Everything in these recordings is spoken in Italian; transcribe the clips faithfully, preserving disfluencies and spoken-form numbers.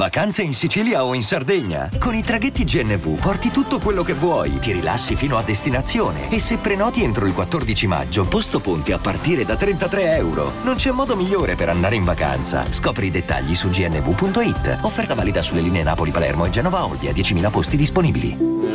Vacanze in Sicilia o in Sardegna? Con i traghetti G N V porti tutto quello che vuoi, ti rilassi fino a destinazione e se prenoti entro il quattordici maggio, posto ponti a partire da trentatré euro. Non c'è modo migliore per andare in vacanza. Scopri i dettagli su g n v punto i t. Offerta valida sulle linee Napoli-Palermo e Genova-Olbia, diecimila posti disponibili.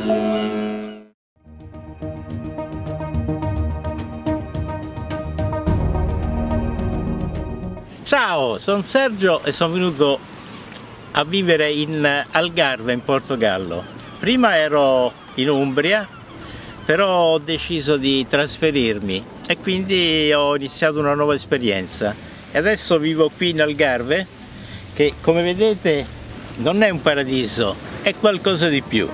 Ciao, sono Sergio e sono venuto a vivere in Algarve, in Portogallo. Prima ero in Umbria, però ho deciso di trasferirmi e quindi ho iniziato una nuova esperienza. E adesso vivo qui in Algarve, che come vedete non è un paradiso, è qualcosa di più.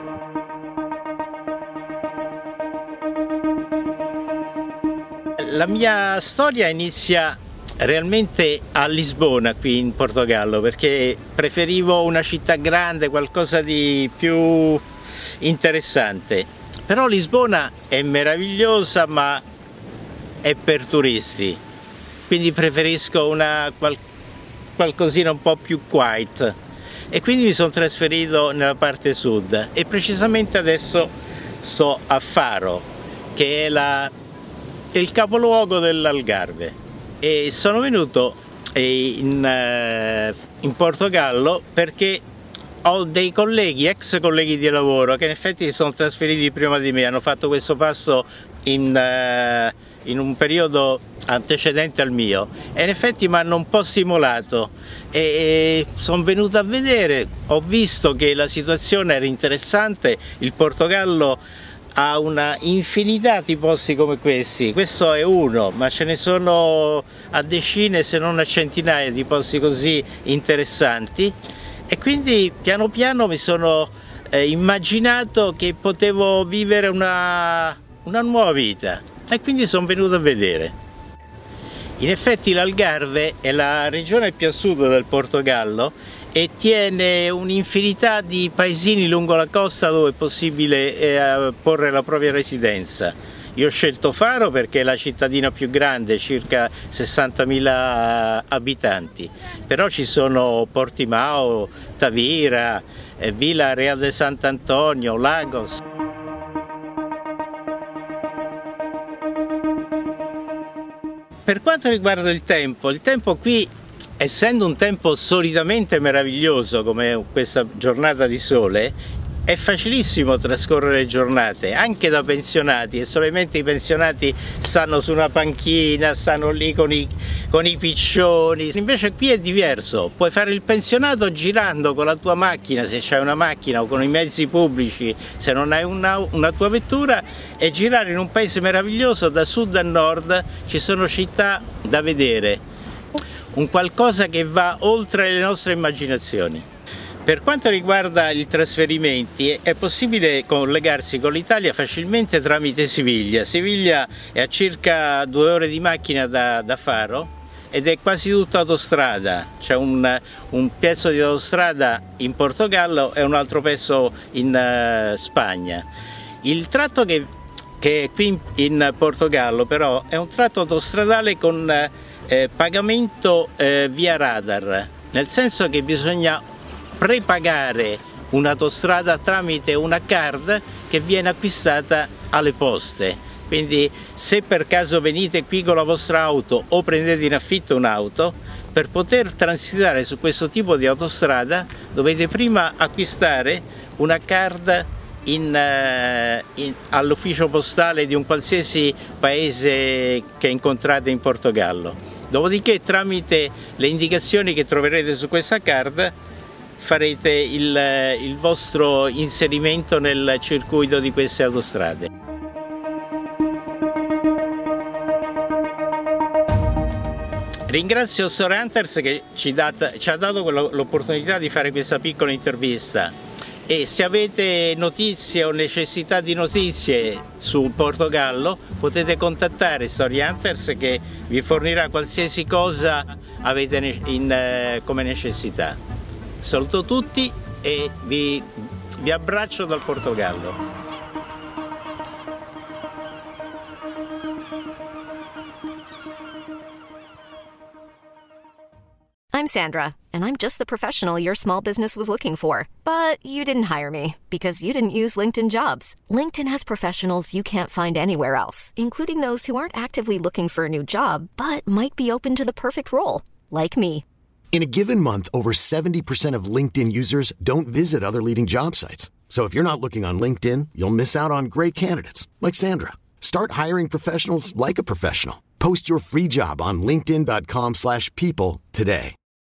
La mia storia inizia realmente a Lisbona, qui in Portogallo, perché preferivo una città grande, qualcosa di più interessante. Però Lisbona è meravigliosa, ma è per turisti, quindi preferisco una qual qualcosina un po' più quiet e quindi mi sono trasferito nella parte sud e precisamente adesso sto a Faro, che è la, il capoluogo dell'Algarve. E sono venuto in, in Portogallo perché ho dei colleghi, ex colleghi di lavoro, che in effetti si sono trasferiti prima di me, hanno fatto questo passo in, in un periodo antecedente al mio e in effetti mi hanno un po' stimolato e, e sono venuto a vedere, ho visto che la situazione era interessante, il Portogallo ha una infinità di posti come questi, questo è uno, ma ce ne sono a decine se non a centinaia di posti così interessanti e quindi piano piano mi sono eh, immaginato che potevo vivere una, una nuova vita e quindi sono venuto a vedere. In effetti l'Algarve è la regione più a sud del Portogallo e tiene un'infinità di paesini lungo la costa dove è possibile eh, porre la propria residenza. Io ho scelto Faro perché è la cittadina più grande, circa sessantamila abitanti, però ci sono Portimao, Tavira, eh, Vila Real de Sant'Antonio, Lagos. Per quanto riguarda il tempo, il tempo qui, essendo un tempo solitamente meraviglioso come questa giornata di sole, è facilissimo trascorrere giornate, anche da pensionati, e solamente i pensionati stanno su una panchina, stanno lì con i, con i piccioni. Invece qui è diverso, puoi fare il pensionato girando con la tua macchina, se c'hai una macchina, o con i mezzi pubblici, se non hai una, una tua vettura, e girare in un paese meraviglioso da sud a nord. Ci sono città da vedere, un qualcosa che va oltre le nostre immaginazioni. Per quanto riguarda i trasferimenti, è possibile collegarsi con l'Italia facilmente tramite Siviglia. Siviglia è a circa due ore di macchina da, da Faro ed è quasi tutta autostrada. C'è un, un pezzo di autostrada in Portogallo e un altro pezzo in uh, Spagna. Il tratto che, che è qui in, in Portogallo però è un tratto autostradale con eh, pagamento eh, via radar, nel senso che bisogna prepagare un'autostrada tramite una card che viene acquistata alle poste. Quindi se per caso venite qui con la vostra auto o prendete in affitto un'auto, per poter transitare su questo tipo di autostrada dovete prima acquistare una card in, in, all'ufficio postale di un qualsiasi paese che incontrate in Portogallo. Dopodiché, tramite le indicazioni che troverete su questa card, farete il, il vostro inserimento nel circuito di queste autostrade. Ringrazio Story Hunters che ci, data, ci ha dato l'opportunità di fare questa piccola intervista e se avete notizie o necessità di notizie sul Portogallo potete contattare Story Hunters che vi fornirà qualsiasi cosa avete in, eh, come necessità. Saluto tutti e vi, vi abbraccio dal Portogallo. I'm Sandra, and I'm just the professional your small business was looking for. But you didn't hire me because you didn't use LinkedIn Jobs. LinkedIn has professionals you can't find anywhere else, including those who aren't actively looking for a new job, but might be open to the perfect role, like me. In a given month, over seventy percent of LinkedIn users don't visit other leading job sites. So if you're not looking on LinkedIn, you'll miss out on great candidates like Sandra. Start hiring professionals like a professional. Post your free job on linkedin dot com slash people today.